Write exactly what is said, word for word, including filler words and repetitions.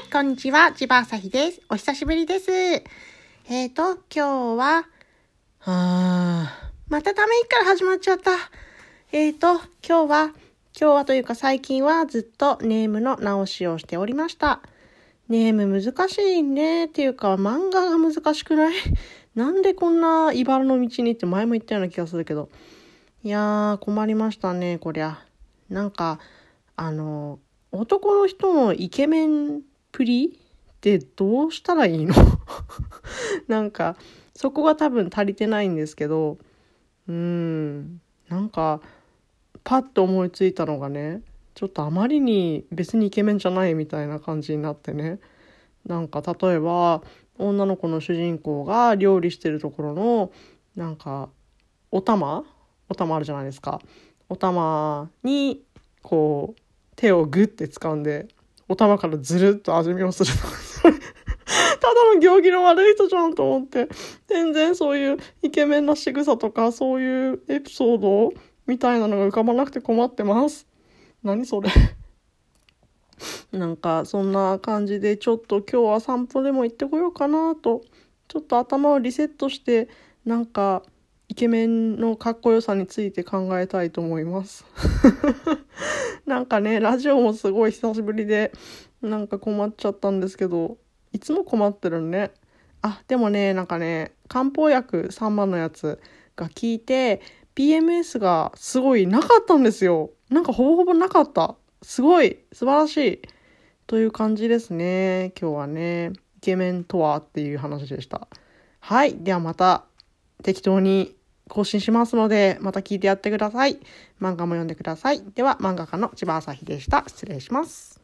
こんにちは、千葉あさひです。お久しぶりです。えーと、今日は、はぁ、またため息から始まっちゃった。えーと、今日は、今日はというか最近はずっとネームの直しをしておりました。ネーム難しいねっていうか、漫画が難しくないなんでこんな茨の道にって前も言ったような気がするけど。いやー、困りましたね、こりゃ。なんか、あの、男の人のイケメンプリってどうしたらいいのなんか、そこが多分足りてないんですけど、うーん、なんか、パッと思いついたのがね、ちょっとあまりに別にイケメンじゃないみたいな感じになってね。なんか例えば、女の子の主人公が料理してるところの、なんか、お玉お玉あるじゃないですか。お玉に、こう、手をグッて掴んで、お玉からずるっと味見をする。ただの行儀の悪い人じゃんと思って。全然そういうイケメンな仕草とか、そういうエピソードみたいなのが浮かばなくて困ってます。何それ。なんかそんな感じでちょっと今日は散歩でも行ってこようかなと。ちょっと頭をリセットして、なんかイケメンのかっこよさについて考えたいと思います。なんかね、ラジオもすごい久しぶりで、なんか困っちゃったんですけど、いつも困ってるね。あ、でもね、なんかね、漢方薬さんばんのやつが効いて、ピーエムエス がすごいなかったんですよ。なんかほぼほぼなかった。すごい、素晴らしい。という感じですね。今日はね、イケメンとはっていう話でした。はい。ではまた適当に更新しますので、また聞いてやってください。漫画も読んでください。では、漫画家の千葉あさひでした。失礼します。